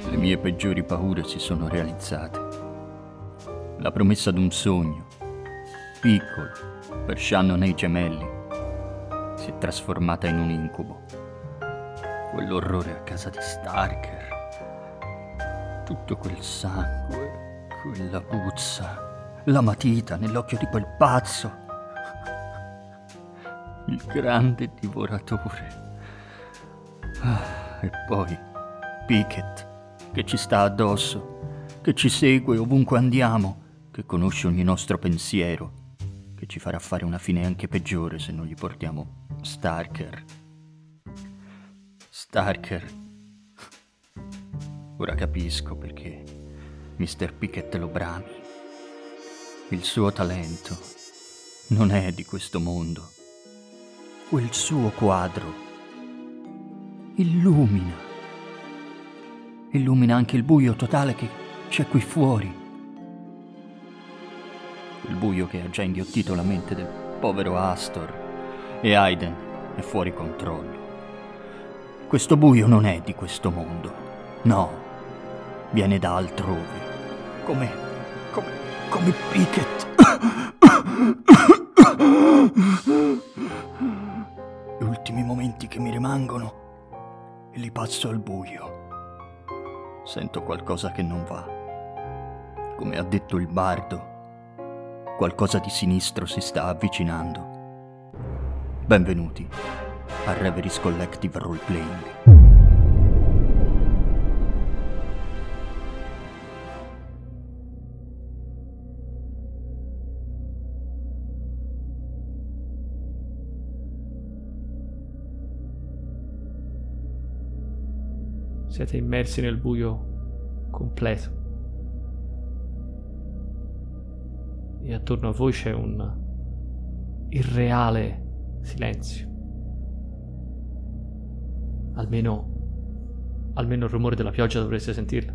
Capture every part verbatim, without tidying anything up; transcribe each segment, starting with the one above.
Le mie peggiori paure si sono realizzate. La promessa d'un sogno, piccolo, per Shannon e i gemelli, si è trasformata in un incubo. Quell'orrore a casa di Starker, tutto quel sangue, quella puzza, la matita nell'occhio di quel pazzo, il grande divoratore. Ah, e poi Pickett, che ci sta addosso, che ci segue ovunque andiamo, che conosce ogni nostro pensiero, che ci farà fare una fine anche peggiore se non gli portiamo Starker. Starker. Ora capisco perché mister Pickett lo brami. Il suo talento non è di questo mondo. Quel suo quadro illumina. Illumina anche il buio totale che c'è qui fuori. Il buio che ha già inghiottito la mente del povero Astor, e Aiden è fuori controllo. Questo buio non è di questo mondo. No, viene da altrove. Come... come... come Pickett. Gli ultimi momenti che mi rimangono e li passo al buio. Sento qualcosa che non va. Come ha detto il bardo, qualcosa di sinistro si sta avvicinando. Benvenuti a Reveries Collective Roleplaying. Siete immersi nel buio completo. E attorno a voi c'è un irreale silenzio. Almeno, almeno il rumore della pioggia dovreste sentirlo.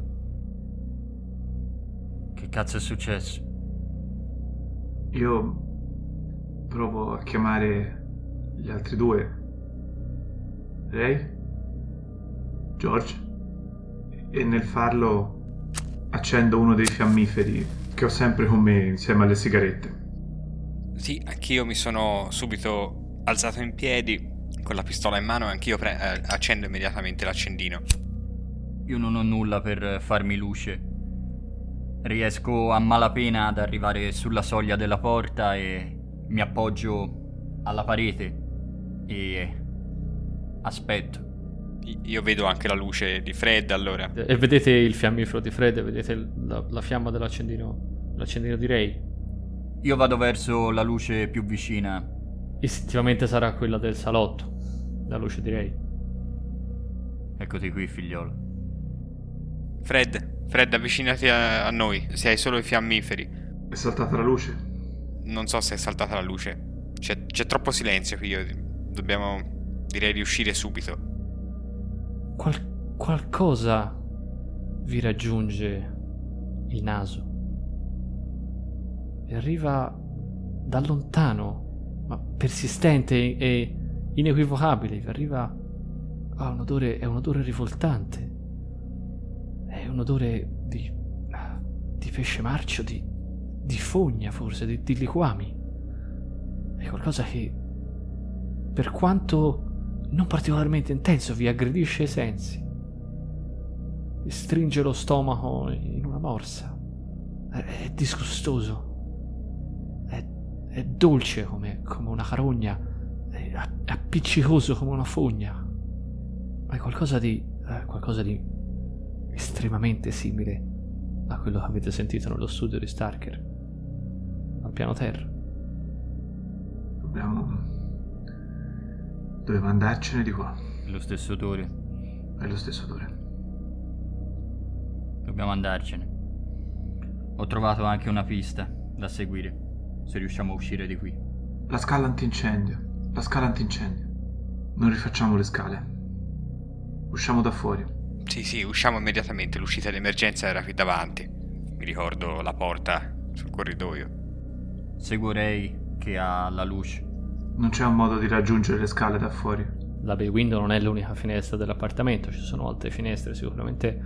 Che cazzo è successo? Io provo a chiamare gli altri due. Ray? George? E nel farlo accendo uno dei fiammiferi che ho sempre con me insieme alle sigarette. Sì, anch'io mi sono subito alzato in piedi con la pistola in mano e anch'io pre- eh, accendo immediatamente l'accendino. Io non ho nulla per farmi luce. Riesco a malapena ad arrivare sulla soglia della porta e mi appoggio alla parete e aspetto. Io vedo anche la luce di Fred allora. E vedete il fiammifero di Fred, e vedete la, la fiamma dell'accendino, l'accendino di Ray. Io vado verso la luce più vicina. Istintivamente sarà quella del salotto, la luce di Ray. Eccoti qui, figliolo. Fred, Fred, avvicinati a, a noi, se hai solo i fiammiferi. È saltata la luce? Non so se è saltata la luce. C'è, c'è troppo silenzio qui, io, dobbiamo, direi, riuscire subito. Qual- qualcosa vi raggiunge il naso e arriva da lontano, ma persistente e inequivocabile. Vi arriva ah, un odore, è un odore rivoltante, è un odore di, di pesce marcio, di, di fogna forse, di, di liquami. È qualcosa che, per quanto non particolarmente intenso, vi aggredisce i sensi, vi stringe lo stomaco in una morsa. È, è disgustoso, è, è dolce come, come una carogna, è appiccicoso come una fogna. È qualcosa di è qualcosa di estremamente simile a quello che avete sentito nello studio di Starker al piano terra. Dobbiamo Dobbiamo andarcene di qua. È lo stesso odore. È lo stesso odore. Dobbiamo andarcene. Ho trovato anche una pista da seguire, se riusciamo a uscire di qui. La scala antincendio. La scala antincendio. Non rifacciamo le scale. Usciamo da fuori. Sì, sì, usciamo immediatamente. L'uscita d'emergenza era qui davanti. Mi ricordo la porta sul corridoio. Seguo Ray che ha la luce. Non c'è un modo di raggiungere le scale da fuori. La bay window non è l'unica finestra dell'appartamento, ci sono altre finestre, sicuramente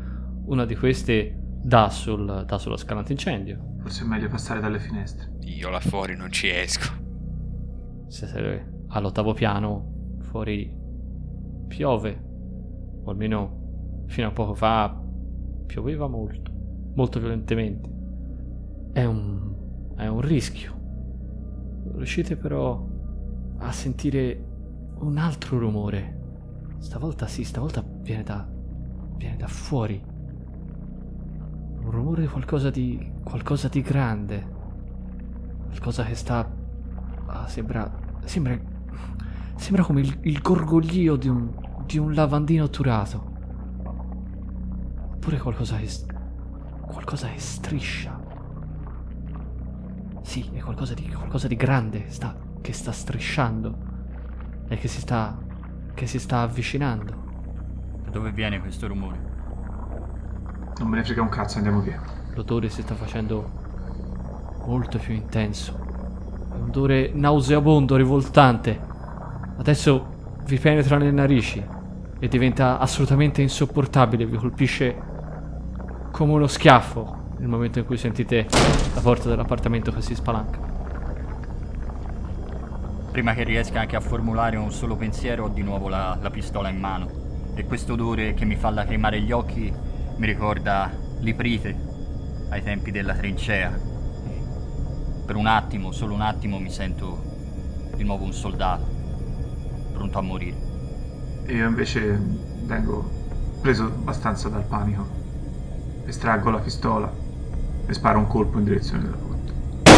Una di queste dà, sul, dà sulla scala antincendio. Forse è meglio passare dalle finestre. Io là fuori non ci esco. Se siete all'ottavo piano, fuori piove. O almeno fino a poco fa pioveva molto. Molto violentemente. È un... è un rischio. Riuscite però a sentire un altro rumore. Stavolta sì, stavolta viene da... viene da fuori. Un rumore di qualcosa di... qualcosa di grande. Qualcosa che sta... ah, sembra... sembra... sembra come il, il gorgoglio di un... di un lavandino turato. Oppure qualcosa che... qualcosa che striscia. Sì, è qualcosa di... qualcosa di grande sta... che sta strisciando. E che si sta... che si sta avvicinando. Da dove viene questo rumore? Non me ne frega un cazzo, andiamo via. L'odore si sta facendo molto più intenso. È un odore nauseabondo, rivoltante. Adesso vi penetra nelle narici e diventa assolutamente insopportabile. Vi colpisce come uno schiaffo nel momento in cui sentite la porta dell'appartamento che si spalanca. Prima che riesca anche a formulare un solo pensiero ho di nuovo la, la pistola in mano. E questo odore che mi fa lacrimare gli occhi mi ricorda l'iprite ai tempi della trincea. Per un attimo, solo un attimo, mi sento di nuovo un soldato, pronto a morire. Io invece vengo preso abbastanza dal panico. Estraggo la pistola e sparo un colpo in direzione della porta.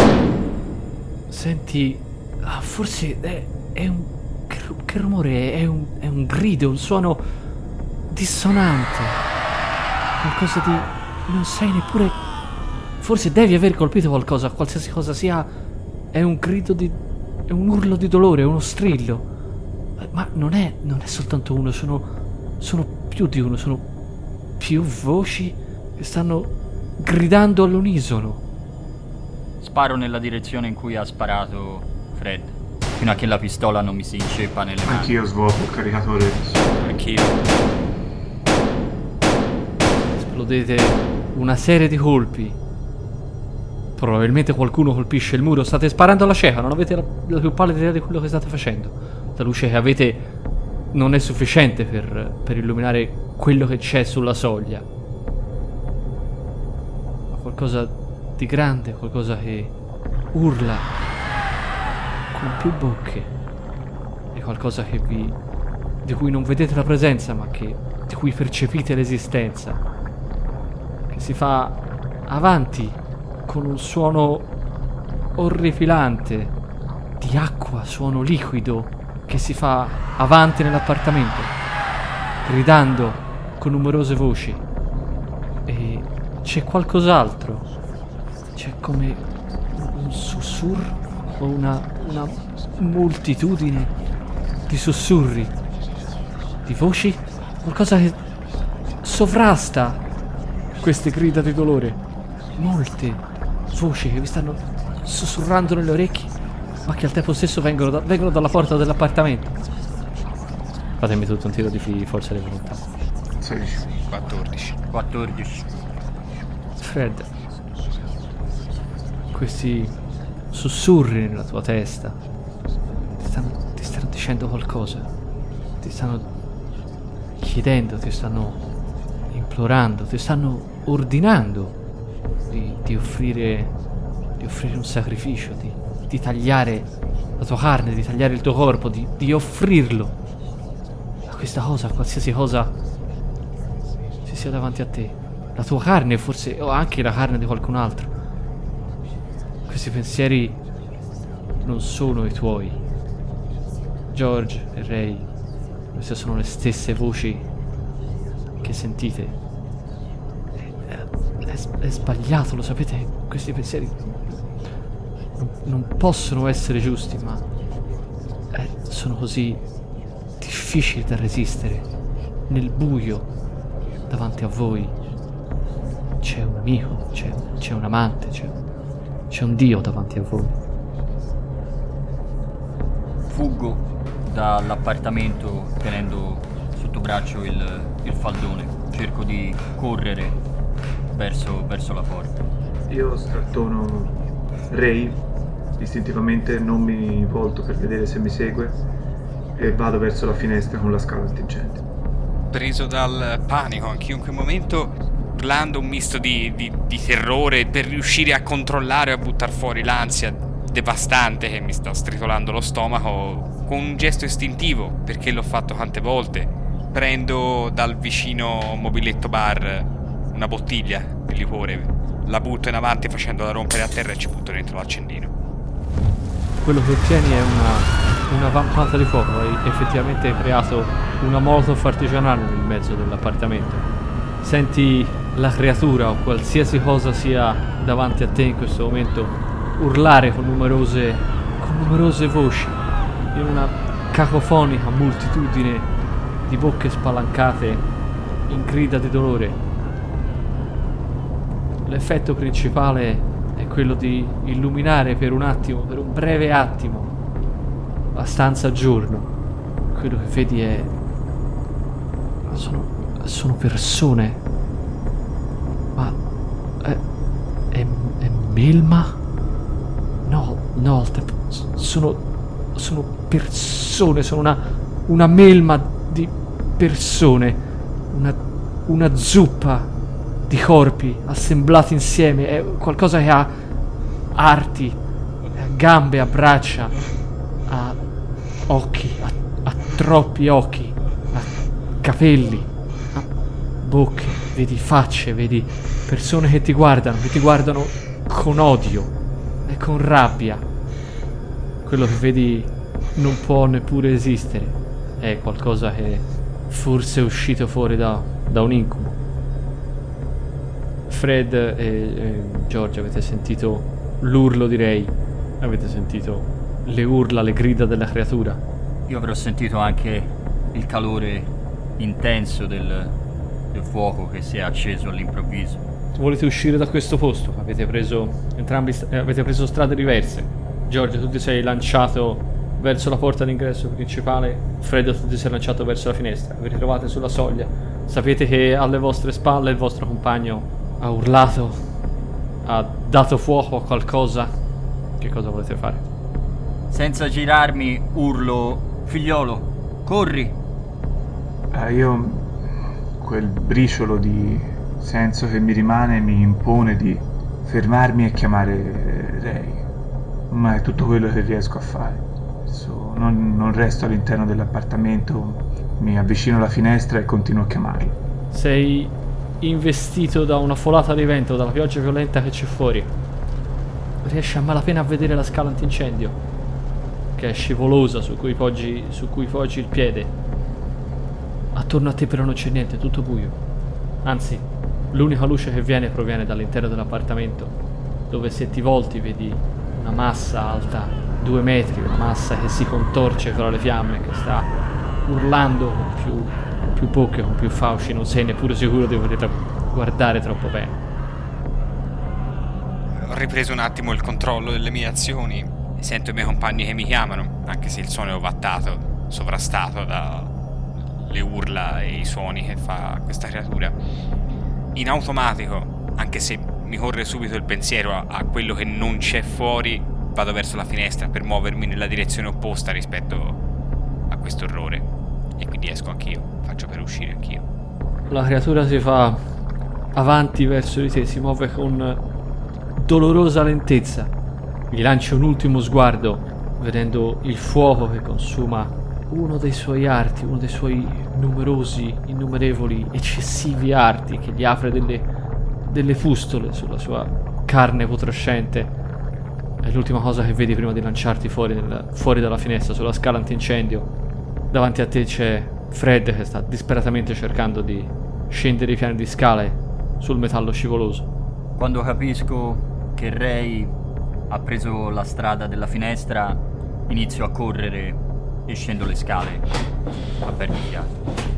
Senti... ah, forse è, è un... che, che rumore è? È un, è un grido, un suono dissonante. Qualcosa di... non sai neppure... forse devi aver colpito qualcosa, qualsiasi cosa sia. È un grido di... è un urlo di dolore, è uno strillo. Ma non è... non è soltanto uno, sono... sono più di uno, sono più voci che stanno gridando all'unisono. Sparo nella direzione in cui ha sparato Fred, fino a che la pistola non mi si inceppa nelle mani. Anch'io svuoto il caricatore. Anch'io. Esplodete una serie di colpi. Probabilmente qualcuno colpisce il muro. State sparando alla cieca, non avete la, la più pallida idea di quello che state facendo. La luce che avete non è sufficiente per, per illuminare quello che c'è sulla soglia. Ma qualcosa di grande, qualcosa che urla con più bocche. È qualcosa che vi... di cui non vedete la presenza, ma che di cui percepite l'esistenza. Che si fa avanti con un suono orripilante di acqua, suono liquido, che si fa avanti nell'appartamento, gridando con numerose voci. E c'è qualcos'altro. C'è come un sussurro o una, una moltitudine di sussurri, di voci, qualcosa che sovrasta queste grida di dolore. Molte voci che vi stanno sussurrando nelle orecchie, ma che al tempo stesso vengono, da, vengono dalla porta dell'appartamento. Fatemi tutto un tiro di forza di volontà. sedici. quattordici. quattordici. Fred, questi sussurri nella tua testa ti stanno, ti stanno dicendo qualcosa, ti stanno chiedendo, ti stanno implorando, ti stanno ordinando di, di offrire di offrire un sacrificio, di, di tagliare la tua carne, di tagliare il tuo corpo, di, di offrirlo a questa cosa, a qualsiasi cosa ci sia davanti a te, la tua carne forse, o anche la carne di qualcun altro. Questi pensieri non sono i tuoi. George e Ray, queste sono le stesse voci che sentite. È, è, è sbagliato, lo sapete? Questi pensieri non, non possono essere giusti, ma eh, sono così difficili da resistere. Nel buio, davanti a voi, c'è un amico, c'è, c'è un amante, c'è, c'è un Dio davanti a voi. Fuggo dall'appartamento tenendo sotto braccio il, il faldone. cerco di correre verso, verso la porta. Io strattono Ray, istintivamente non mi volto per vedere se mi segue e vado verso la finestra con la scala antincendio. Preso dal panico anche in quel momento, urlando un misto di, di, di terrore per riuscire a controllare e a buttare fuori l'ansia devastante che mi sta stritolando lo stomaco, con un gesto istintivo, perché l'ho fatto tante volte, prendo dal vicino mobiletto bar una bottiglia di liquore, la butto in avanti facendola rompere a terra e ci butto dentro l'accendino. Quello che ottieni è una, una vampata di fuoco. Hai effettivamente creato una molotov artigianale nel mezzo dell'appartamento. Senti la creatura o qualsiasi cosa sia davanti a te in questo momento urlare con numerose, con numerose voci in una cacofonica moltitudine di bocche spalancate in grida di dolore. L'effetto principale è quello di illuminare per un attimo, per un breve attimo, la stanza a giorno. Quello che vedi è... sono, sono persone. Ma... è... è, è melma? No, no, al tempo... sono... sono persone, sono una... una melma di persone. Una... una zuppa di corpi assemblati insieme. È qualcosa che ha arti, ha gambe, ha braccia, ha occhi, ha, ha troppi occhi, ha capelli, ha bocche, vedi facce, vedi persone che ti guardano, che ti guardano con odio e con rabbia. Quello che vedi non può neppure esistere, è qualcosa che forse è uscito fuori da, da un incubo. Fred e, e George, avete sentito l'urlo di Ray, avete sentito le urla, le grida della creatura. Io avrò sentito anche il calore intenso del, del fuoco che si è acceso all'improvviso. Volete uscire da questo posto? Avete preso entrambi st- eh, avete preso strade diverse. George, tu ti sei lanciato verso la porta d'ingresso principale. Fred, tu ti sei lanciato verso la finestra. Vi ritrovate sulla soglia. Sapete che alle vostre spalle il vostro compagno ha urlato, ha dato fuoco a qualcosa. Che cosa volete fare? Senza girarmi urlo: figliolo, corri! Eh, io quel briciolo di senso che mi rimane mi impone di fermarmi e chiamare Ray, ma è tutto quello che riesco a fare. So, non, non resto all'interno dell'appartamento, mi avvicino alla finestra e continuo a chiamarlo. Sei investito da una folata di vento, dalla pioggia violenta che c'è fuori. Riesci a malapena a vedere la scala antincendio, che è scivolosa, su cui poggi, su cui poggi il piede. Attorno a te però non c'è niente, è tutto buio. Anzi, l'unica luce che viene proviene dall'interno dell'appartamento, dove se ti volti vedi una massa alta due metri, una massa che si contorce fra le fiamme, che sta urlando con più, più bocche, con più fauci. Non sei neppure sicuro di voler guardare troppo bene. Ho ripreso un attimo il controllo delle mie azioni e sento i miei compagni che mi chiamano, anche se il suono è ovattato, sovrastato dalle urla e i suoni che fa questa creatura. In automatico, anche se mi corre subito il pensiero a, a quello che non c'è fuori, vado verso la finestra per muovermi nella direzione opposta rispetto a questo orrore, e quindi esco anch'io, faccio per uscire anch'io. La creatura si fa avanti verso di te, si muove con dolorosa lentezza. Gli lanci un ultimo sguardo, vedendo il fuoco che consuma uno dei suoi arti, uno dei suoi numerosi, innumerevoli, eccessivi arti, che gli apre delle, delle fustole sulla sua carne putrascente. È l'ultima cosa che vedi prima di lanciarti fuori, nel, fuori dalla finestra, sulla scala antincendio. Davanti a te c'è Fred che sta disperatamente cercando di scendere i piani di scale sul metallo scivoloso. Quando capisco che Ray ha preso la strada della finestra, inizio a correre e scendo le scale a pernifiato.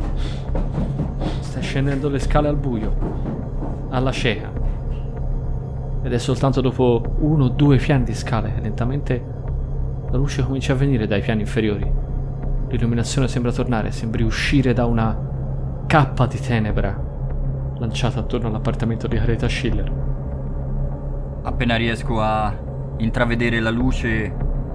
Stai scendendo le scale al buio, alla cieca, ed è soltanto dopo uno o due piani di scale che lentamente la luce comincia a venire dai piani inferiori. L'illuminazione sembra tornare, sembri uscire da una cappa di tenebra lanciata attorno all'appartamento di Greta Schiller. Appena riesco a intravedere la luce,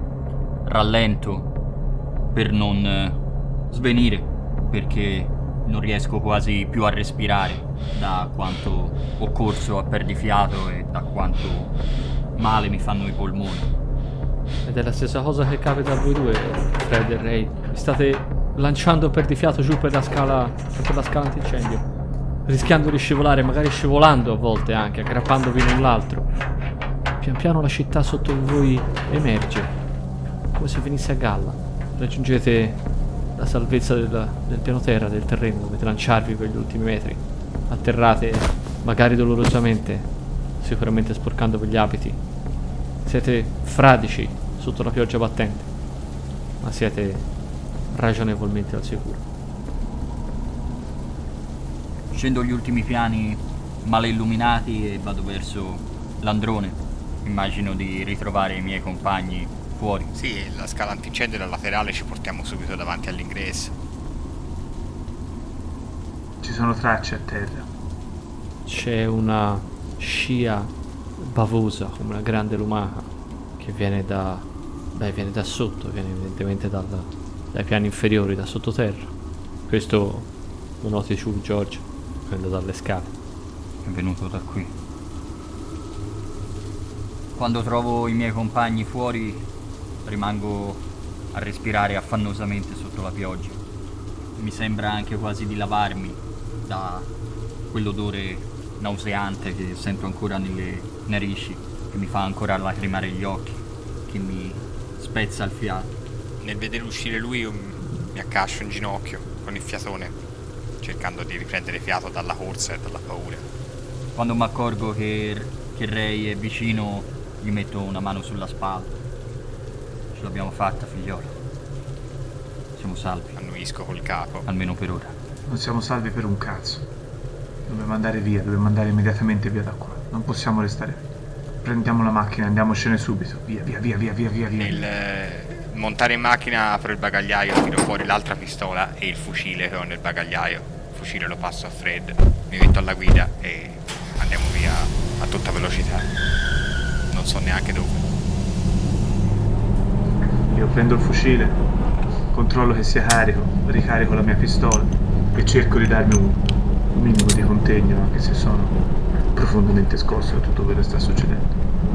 rallento per non svenire, perché non riesco quasi più a respirare da quanto ho corso a perdifiato e da quanto male mi fanno i polmoni. Ed è la stessa cosa che capita a voi due, Fred e Ray. Vi state lanciando perdifiato giù per la scala, per la scala antincendio, rischiando di scivolare, magari scivolando a volte anche, aggrappandovi l'un l'altro. Pian piano la città sotto di voi emerge, come se venisse a galla. Raggiungete la salvezza del, del piano terra, del terreno, dovete lanciarvi per gli ultimi metri. Atterrate, magari dolorosamente, sicuramente sporcandovi gli abiti. Siete fradici sotto la pioggia battente, ma siete ragionevolmente al sicuro. Scendo gli ultimi piani male illuminati e vado verso l'androne. Immagino di ritrovare i miei compagni fuori. Sì, la scala antincendio della laterale ci portiamo subito davanti all'ingresso. Ci sono tracce a terra. C'è una scia bavosa come una grande lumaca che viene da beh, viene da sotto, viene evidentemente dal, dai piani inferiori, da sottoterra. Questo lo noti tu, George, venendo dalle scale. È venuto da qui. Quando trovo i miei compagni fuori, rimango a respirare affannosamente sotto la pioggia. Mi sembra anche quasi di lavarmi da quell'odore nauseante che sento ancora nelle narici, che mi fa ancora lacrimare gli occhi, che mi spezza il fiato. Nel vedere uscire lui io mi accascio in ginocchio con il fiatone, cercando di riprendere fiato dalla corsa e dalla paura. Quando mi accorgo che, che Ray è vicino, gli metto una mano sulla spalla. Ce l'abbiamo fatta, figliolo. Siamo salvi. Annuisco col capo. Almeno per ora. Non siamo salvi per un cazzo. Dobbiamo andare via, dobbiamo andare immediatamente via da qua. Non possiamo restare qui. Prendiamo la macchina, andiamocene subito. Via, via, via, via, via, via, via. Nel eh, montare in macchina apro il bagagliaio, tiro fuori l'altra pistola e il fucile che ho nel bagagliaio. Il fucile lo passo a Fred, mi metto alla guida e andiamo via a tutta velocità. Non so neanche dove. Io prendo il fucile, controllo che sia carico, ricarico la mia pistola e cerco di darmi un, un minimo di contegno, anche se sono profondamente scosso da tutto quello che sta succedendo.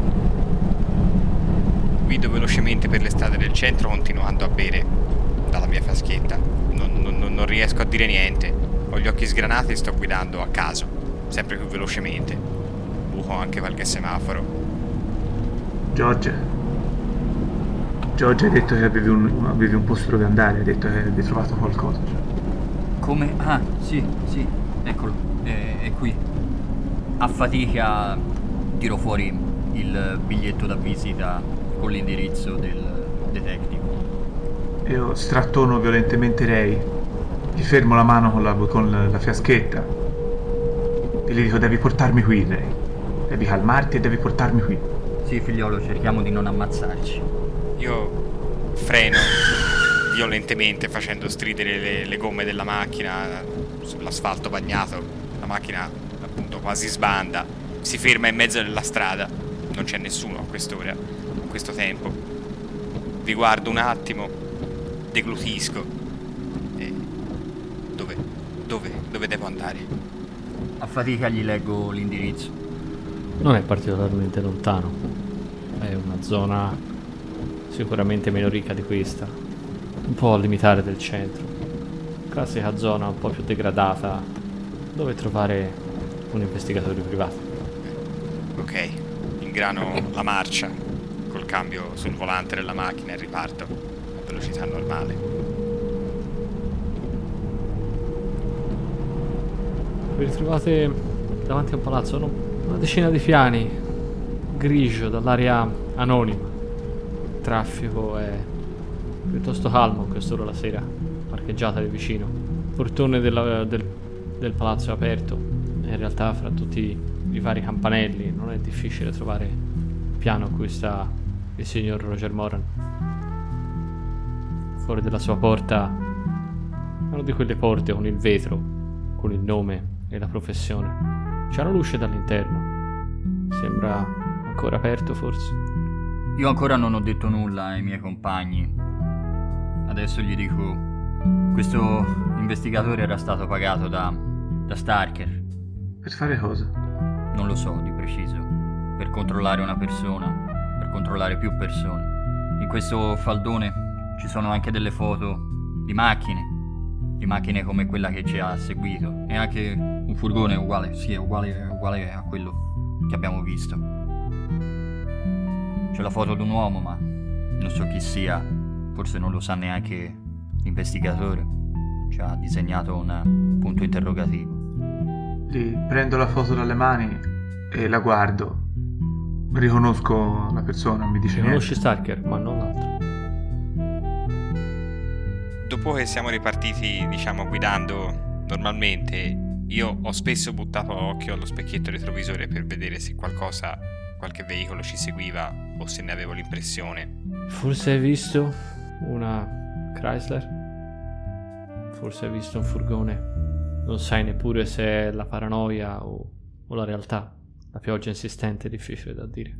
Guido velocemente per le strade del centro continuando a bere dalla mia fiaschetta. Non, non, non riesco a dire niente, ho gli occhi sgranati e sto guidando a caso, sempre più velocemente. Buco anche qualche semaforo. George, George, hai detto che avevi un, avevi un posto dove andare, hai detto che avevi trovato qualcosa. Come? Ah, sì, sì, eccolo, è, è qui. A fatica tiro fuori il biglietto da visita con l'indirizzo del detective. Io strattono violentemente Ray, gli fermo la mano con la, con la, la fiaschetta e gli dico: devi portarmi qui, Ray. Devi calmarti e devi portarmi qui. Sì, figliolo, cerchiamo di non ammazzarci. Io freno violentemente facendo stridere le, le gomme della macchina sull'asfalto bagnato. La macchina appunto quasi sbanda, si ferma in mezzo della strada, non c'è nessuno a quest'ora, a questo tempo. Vi guardo un attimo, deglutisco e dove, dove, dove devo andare? A fatica gli leggo l'indirizzo. Non è particolarmente lontano, è una zona sicuramente meno ricca di questa, un po' al limitare del centro, classica zona un po' più degradata dove trovare un investigatore privato. Ok, ingrano la marcia col cambio sul volante della macchina e riparto a velocità normale. Vi ritrovate davanti a un palazzo, no? Una decina di piani, grigio dall'aria anonima. Il traffico è piuttosto calmo a quest'ora la sera, parcheggiata lì vicino. Il portone della, del, del palazzo è aperto e in realtà fra tutti i vari campanelli non è difficile trovare il piano a cui sta il signor Roger Moran. Fuori della sua porta, una di quelle porte con il vetro, con il nome e la professione. C'è una luce dall'interno. Sembra ancora aperto, forse. Io ancora non ho detto nulla ai miei compagni. Adesso gli dico... Questo investigatore era stato pagato da... da Starker. Per fare cosa? Non lo so di preciso. Per controllare una persona, per controllare più persone. In questo faldone ci sono anche delle foto di macchine, di macchine come quella che ci ha seguito, e anche un furgone uguale, sì, è uguale, uguale a quello che abbiamo visto. C'è la foto di un uomo, ma non so chi sia, forse non lo sa neanche l'investigatore. Ci ha disegnato un punto interrogativo. Gli prendo la foto dalle mani e la guardo. Riconosco la persona, mi dice Riconosci niente. Starker, ma non l'altro. Dopo che siamo ripartiti, diciamo, guidando normalmente, io ho spesso buttato occhio allo specchietto retrovisore per vedere se qualcosa, qualche veicolo ci seguiva o se ne avevo l'impressione. Forse hai visto una Chrysler? Forse hai visto un furgone? Non sai neppure se è la paranoia o, o la realtà. La pioggia insistente è difficile da dire.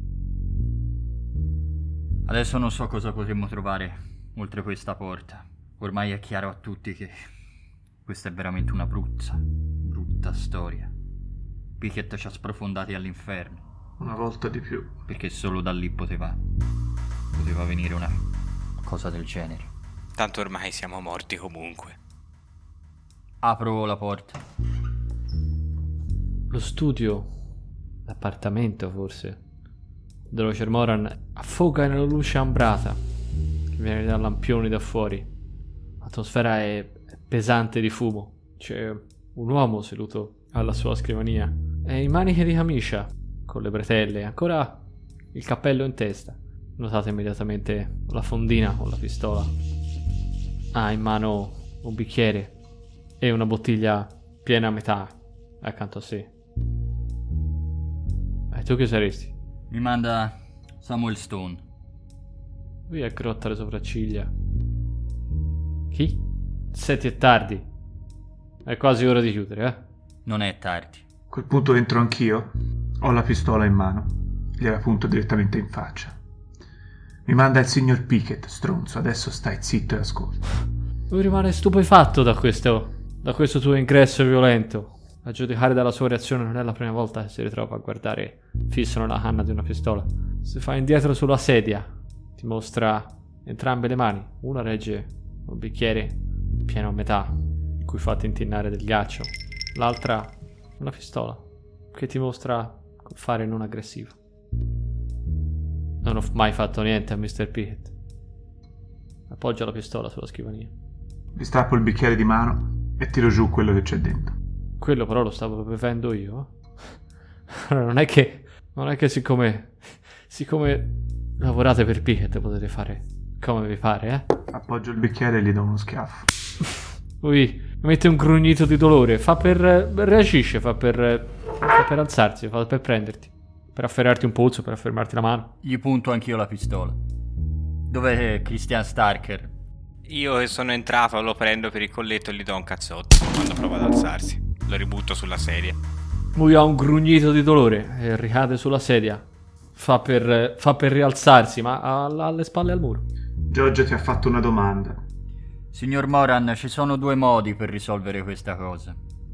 Adesso non so cosa potremmo trovare oltre questa porta. Ormai è chiaro a tutti che questa è veramente una brutta, brutta storia. Pickett ci ha sprofondati all'inferno. Una volta di più. Perché solo da lì poteva, poteva venire una cosa del genere. Tanto ormai siamo morti comunque. Apro la porta. Lo studio, l'appartamento forse, di Roger Moran affoga nella luce ambrata che viene dai lampioni da fuori. L'atmosfera è pesante di fumo. C'è un uomo seduto alla sua scrivania. È in maniche di camicia, con le bretelle, ancora il cappello in testa. Notate immediatamente la fondina con la pistola. Ha in mano un bicchiere e una bottiglia piena a metà accanto a sé. E tu che saresti? Mi manda Samuel Stone. Lui aggrotta le sopracciglia. Chi? Senti, è tardi. È quasi ora di chiudere, eh? Non è tardi. A quel punto entro anch'io. Ho la pistola in mano. Gliela punto direttamente in faccia. Mi manda il signor Pickett, stronzo. Adesso stai zitto e ascolta. Lui rimane stupefatto da questo, da questo tuo ingresso violento. A giudicare dalla sua reazione non è la prima volta che si ritrova a guardare fisso nella canna di una pistola. Si fa indietro sulla sedia. Ti mostra entrambe le mani. Una regge un bicchiere pieno a metà in cui fa tintinnare del ghiaccio. L'altra una pistola che ti mostra fare non aggressivo. Non ho mai fatto niente a mister Pickett. Appoggia la pistola sulla scrivania. Mi strappo il bicchiere di mano e tiro giù quello che c'è dentro. Quello però lo stavo bevendo io. Non è che non è che siccome siccome lavorate per Pickett potete fare come vi pare, eh? Appoggio il bicchiere e gli do uno schiaffo. Lui mette un grugnito di dolore. Fa per reagisce, fa per fa per alzarsi, fa per prenderti, per afferrarti un polso, per affermarti la mano. Gli punto anch'io la pistola. Dov'è Christian Starker? Io che sono entrato lo prendo per il colletto e gli do un cazzotto quando prova ad alzarsi. Lo ributto sulla sedia. Lui ha un grugnito di dolore e ricade sulla sedia. Fa per, fa per rialzarsi, ma ha alle spalle al muro. Giorgio ti ha fatto una domanda. Signor Moran, ci sono due modi per risolvere questa cosa.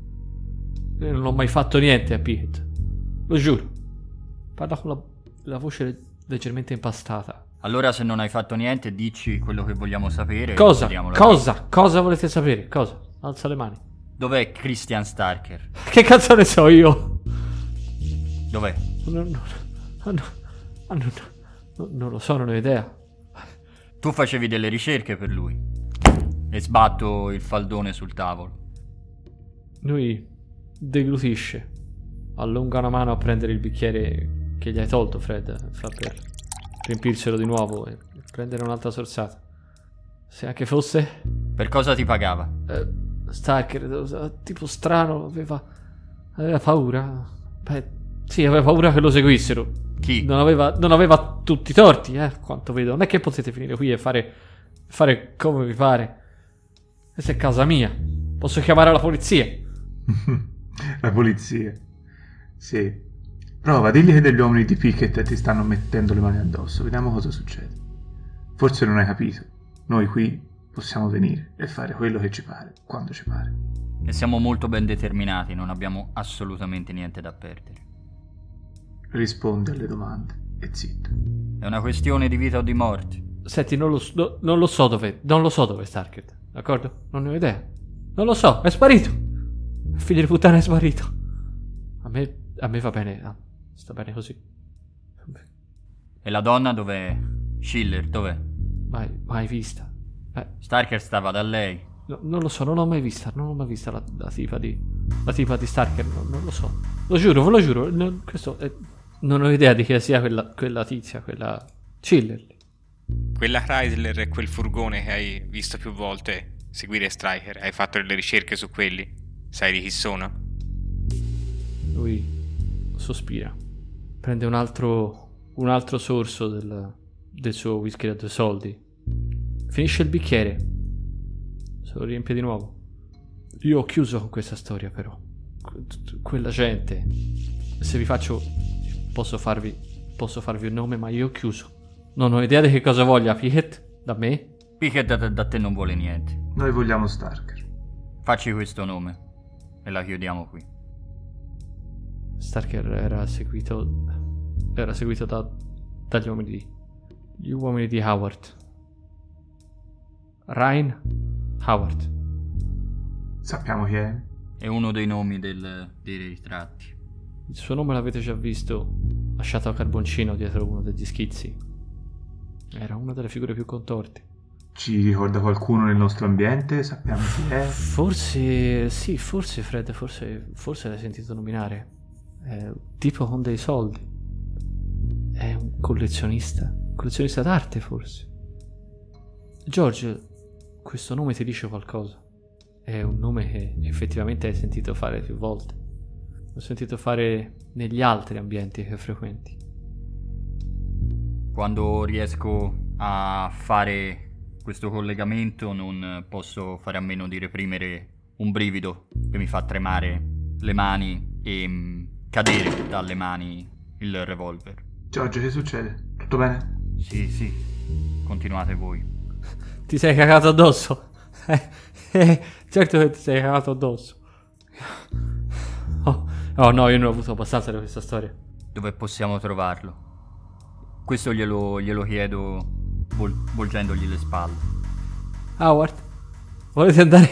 Io non ho mai fatto niente a Pickett. Lo giuro. Parla con la, la voce leggermente impastata. Allora, se non hai fatto niente, dici quello che vogliamo sapere. Cosa? La Cosa? vita. Cosa volete sapere? Cosa? Alza le mani. Dov'è Christian Starker? Che cazzo ne so io? Dov'è? Non, non, non, non, non, non lo so, non ho idea. Tu facevi delle ricerche per lui. E sbatto il faldone sul tavolo. Lui deglutisce. Allunga una mano a prendere il bicchiere che gli hai tolto, Fred. Fa per riempirselo di nuovo e prendere un'altra sorsata. Se anche fosse... Per cosa ti pagava? Eh, Starker, tipo strano, aveva... Aveva paura. Beh, sì, aveva paura che lo seguissero. Chi? Non aveva, non aveva tutti i torti, eh, quanto vedo. Non è che potete finire qui e fare... Fare come vi pare. Questa è casa mia. Posso chiamare la polizia. La polizia. Sì. Prova, digli che degli uomini di Pickett ti stanno mettendo le mani addosso. Vediamo cosa succede. Forse non hai capito. Noi qui possiamo venire e fare quello che ci pare, quando ci pare. E siamo molto ben determinati, non abbiamo assolutamente niente da perdere. Rispondi alle domande e zitto. È una questione di vita o di morte. Senti, non lo, no, non lo so dove, non lo so dove è Starkett, d'accordo? Non ne ho idea. Non lo so, è sparito. Il figlio di puttana è sparito. A me, a me va bene, ah, sta bene così. E la donna dov'è? Schiller, dov'è? Mai, mai vista. Eh, Starker stava da lei. no, non lo so, non l'ho mai vista, non ho mai vista la, la tipa di, la tipa di Starker, no, non lo so. Lo giuro, ve lo giuro, no, questo è, non ho idea di chi sia quella, quella tizia, quella Schiller. Quella Chrysler e quel furgone che hai visto più volte seguire Stryker, hai fatto delle ricerche su quelli? Sai di chi sono? Lui sospira, prende un altro, un altro sorso del, del suo whisky da due soldi, finisce il bicchiere, se lo riempie di nuovo. Io ho chiuso con questa storia, però Que- quella gente, se vi faccio, posso farvi posso farvi un nome, ma io ho chiuso. Non ho idea di che cosa voglia Pickett da me. Pickett da, da te non vuole niente. Noi vogliamo Starker. Facci questo nome e la chiudiamo qui. Starker era seguito era seguito da, dagli uomini di gli uomini di Howard. Ryan Howard. Sappiamo chi è. È uno dei nomi del, dei ritratti. Il suo nome l'avete già visto, lasciato a carboncino dietro uno degli schizzi. Era una delle figure più contorte. Ci ricorda qualcuno nel nostro ambiente? Sappiamo chi è? Forse, sì, forse Fred, forse, forse l'hai sentito nominare. È un tipo con dei soldi. È un collezionista. Collezionista d'arte, forse. George, questo nome ti dice qualcosa? È un nome che effettivamente hai sentito fare più volte. L'ho sentito fare negli altri ambienti che frequenti. Quando riesco a fare questo collegamento non posso fare a meno di reprimere un brivido che mi fa tremare le mani e mh, cadere dalle mani il revolver. Giorgio, che succede? Tutto bene? Sì, sì, continuate voi. Ti sei cagato addosso? Eh, eh, certo che ti sei cagato addosso. Oh, oh no, io non ho avuto abbastanza di questa storia. Dove possiamo trovarlo? Questo glielo, glielo chiedo vol- volgendogli le spalle. Howard, volete andare?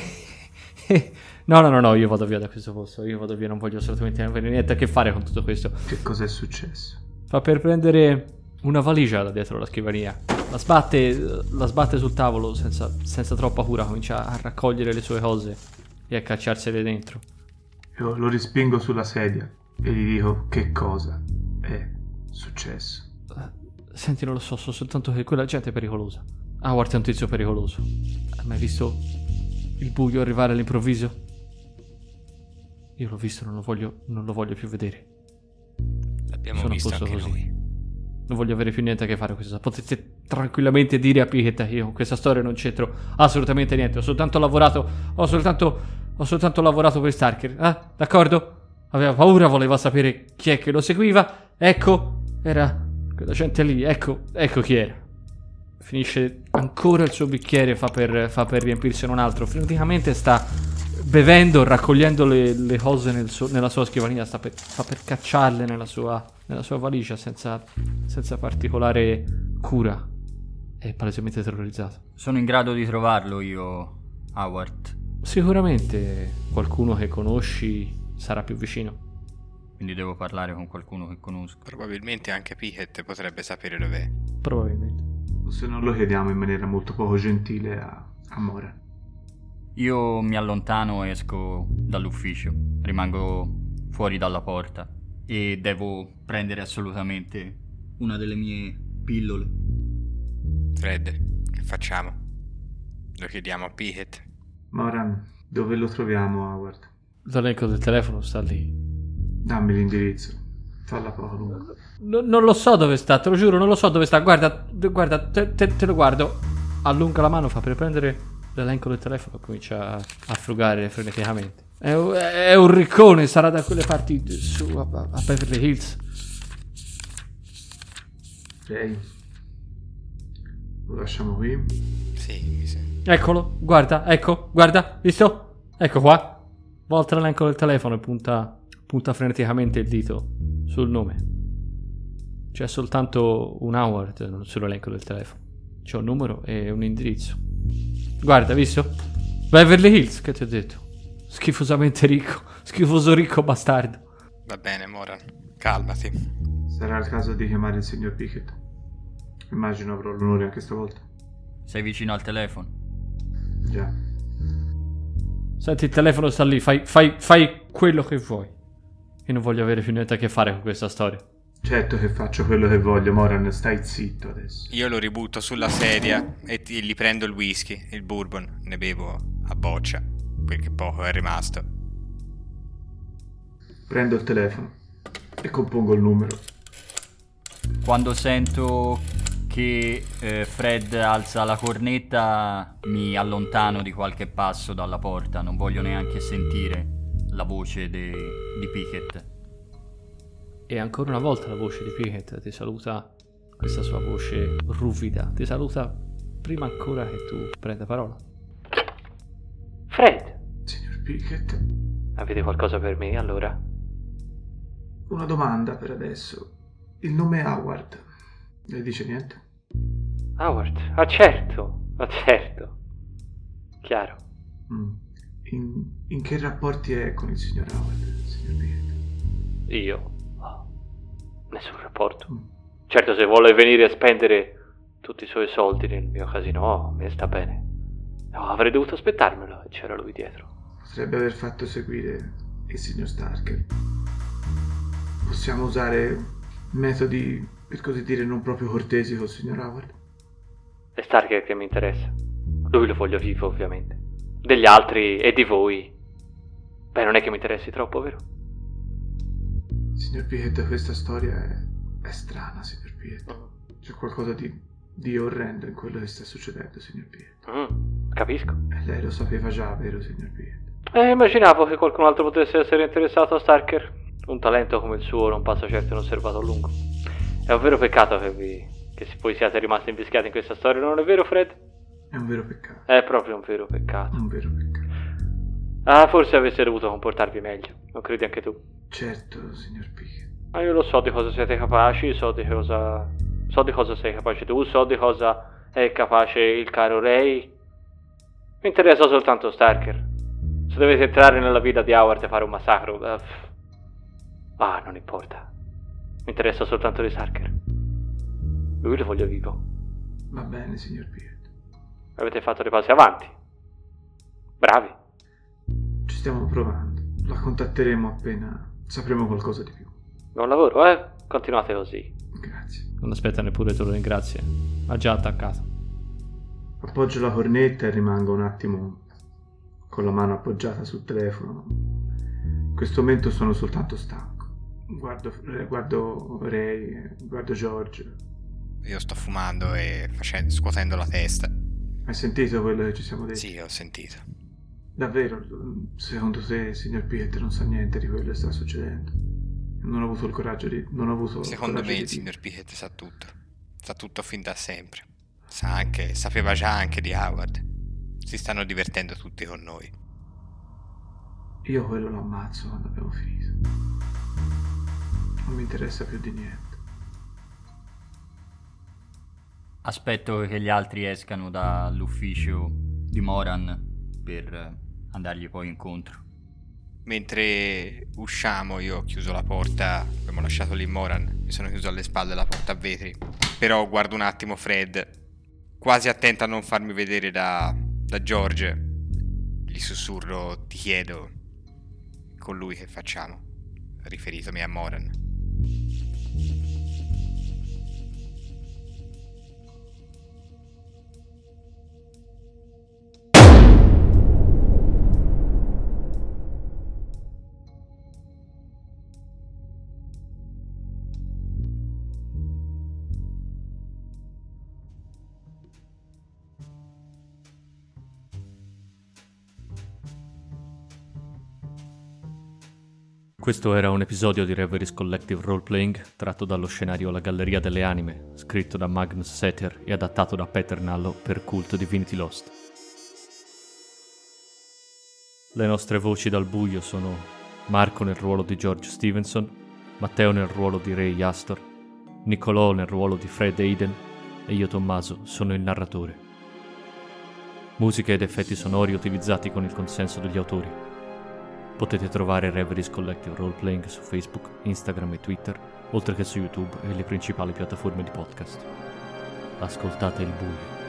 No, no, no, no, io vado via da questo posto. Io vado via, non voglio assolutamente avere niente a che fare con tutto questo. Che cos'è successo? Fa per prendere una valigia da dietro la scrivania. La sbatte, la sbatte sul tavolo senza, senza troppa cura. Comincia a raccogliere le sue cose e a cacciarsele dentro. Io lo rispingo sulla sedia e gli dico che cosa è successo. Senti, non lo so, so soltanto che quella gente è pericolosa. Howard è un tizio pericoloso. Hai mai visto il buio arrivare all'improvviso? Io l'ho visto, non lo voglio, non lo voglio più vedere. L'abbiamo Sono a visto posto anche così. noi. Non voglio avere più niente a che fare con questa. Potete tranquillamente dire a Pickett, io con questa storia non c'entro assolutamente niente. Ho soltanto lavorato, ho soltanto, ho soltanto lavorato per Starker. Ah, d'accordo? Aveva paura, voleva sapere chi è che lo seguiva. Ecco, era quella gente lì, ecco, ecco chi era. Finisce ancora il suo bicchiere, fa per, fa per riempirsene un altro. Praticamente sta bevendo, raccogliendo le, le cose nel suo, nella sua scrivania, sta per, fa per cacciarle nella sua, nella sua valigia senza, senza particolare cura. È palesemente terrorizzato. Sono in grado di trovarlo io, Howard. Sicuramente qualcuno che conosci sarà più vicino. Quindi devo parlare con qualcuno che conosco. Probabilmente anche Pickett potrebbe sapere dov'è. Probabilmente. O se non lo chiediamo in maniera molto poco gentile a, a Mora. Io mi allontano e esco dall'ufficio. Rimango fuori dalla porta e devo prendere assolutamente una delle mie pillole. Fred, che facciamo? Lo chiediamo a Pickett? Moran, dove lo troviamo, Howard? L'elenco del telefono sta lì. Dammi l'indirizzo. Falla poco lunga. No, non lo so dove sta, te lo giuro, non lo so dove sta. Guarda, guarda, te, te, te lo guardo. Allunga la mano, fa per prendere l'elenco del telefono e comincia a, a frugare freneticamente. È, è un riccone, sarà da quelle parti su a, a Beverly Hills. Ray, lo lasciamo qui? Sì, mi sembra. Eccolo, guarda, ecco, guarda, visto? Ecco qua. Volta l'elenco del telefono e punta, punta freneticamente il dito sul nome. C'è soltanto un Howard sull'elenco del telefono. C'è un numero e un indirizzo. Guarda, visto? Beverly Hills, che ti ho detto. Schifosamente ricco. Schifoso ricco bastardo. Va bene, Moran, calmati. Sarà il caso di chiamare il signor Pickett. Immagino avrò l'onore anche stavolta. Sei vicino al telefono? Già. Senti, il telefono sta lì. Fai, fai, fai quello che vuoi. Io non voglio avere più niente a che fare con questa storia. Certo che faccio quello che voglio, Moran, stai zitto adesso. Io lo ributto sulla sedia e ti- gli prendo il whisky, il bourbon, ne bevo a boccia, quel che poco è rimasto. Prendo il telefono e compongo il numero. Quando sento che eh, Fred alza la cornetta, mi allontano di qualche passo dalla porta. Non voglio neanche sentire la voce de- di Pickett. E ancora una volta la voce di Pickett ti saluta, questa sua voce ruvida, ti saluta prima ancora che tu prenda parola. Fred, Signor Pickett, avete qualcosa per me allora? una domanda per adesso. Il nome è Howard. Le dice niente? Howard? Ah certo, ah certo. Chiaro. Mm. In, in che rapporti è con il signor Howard, signor Pickett? Io? Oh, nessun rapporto. Mm. Certo, se vuole venire a spendere tutti i suoi soldi nel mio casino, oh, mi sta bene. No, avrei dovuto aspettarmelo e c'era lui dietro. Potrebbe aver fatto seguire il signor Starker. Possiamo usare metodi, per così dire, non proprio cortesi col signor Howard? È Starker che mi interessa. Lui lo voglio vivo, ovviamente. Degli altri e di voi. Beh, non è che mi interessi troppo, vero? Signor Pickett, questa storia è, è strana, signor Pickett. C'è qualcosa di, di orrendo in quello che sta succedendo, signor Pickett. Mm, capisco. E lei lo sapeva già, vero, signor Pickett? Eh, immaginavo che qualcun altro potesse essere interessato a Starker. Un talento come il suo non passa certo inosservato a lungo. È un vero peccato che vi... che poi siate rimasti invischiati in questa storia, non è vero, Fred? È un vero peccato. È proprio un vero peccato. Un vero peccato. Ah, forse aveste dovuto comportarvi meglio. Non credi anche tu? Certo, signor Pickett. Ma io lo so di cosa siete capaci, so di cosa... so di cosa sei capace tu, so di cosa è capace il caro Ray. Mi interessa soltanto Starker. Se dovete entrare nella vita di Howard e fare un massacro... Uh, ah, non importa. Mi interessa soltanto di Starker. Lui lo voglio vivo. Va bene, signor Pickett. Avete fatto dei passi avanti. Bravi. Ci stiamo provando. La contatteremo appena sapremo qualcosa di più. Buon lavoro, eh? Continuate così. Grazie. Non aspetta neppure tu lo ringrazi. Ha già attaccato. Appoggio la cornetta e rimango un attimo con la mano appoggiata sul telefono. In questo momento sono soltanto stanco. Guardo, guardo Ray, guardo George. Io sto fumando e facendo, scuotendo la testa. Hai sentito quello che ci siamo detti? Sì, ho sentito. Davvero, secondo te, signor Pickett, non sa niente di quello che sta succedendo? Non ho avuto il coraggio di... Non ho avuto Secondo il me il coraggio di signor Pickett sa tutto. Sa tutto fin da sempre. Sa anche, sapeva già anche di Howard. Si stanno divertendo tutti con noi. Io quello lo ammazzo quando abbiamo finito. Non mi interessa più di niente. Aspetto che gli altri escano dall'ufficio di Moran per andargli poi incontro. Mentre usciamo io ho chiuso la porta, abbiamo lasciato lì Moran, mi sono chiuso alle spalle la porta a vetri. Però guardo un attimo Fred, quasi attento a non farmi vedere da, da George. Gli sussurro, ti chiedo, con lui che facciamo? Riferitomi a Moran. Questo era un episodio di Reveries Collective Roleplaying tratto dallo scenario La Galleria delle Anime, scritto da Magnus Seter e adattato da Peter Nallo per Cult Divinity Lost. Le nostre voci dal buio sono Marco nel ruolo di George Stevenson, Matteo nel ruolo di Ray Astor, Niccolò nel ruolo di Fred Aiden e io Tommaso sono il narratore. Musiche ed effetti sonori utilizzati con il consenso degli autori. Potete trovare Reveries Collective Roleplaying su Facebook, Instagram e Twitter, oltre che su YouTube e le principali piattaforme di podcast. Ascoltate il buio.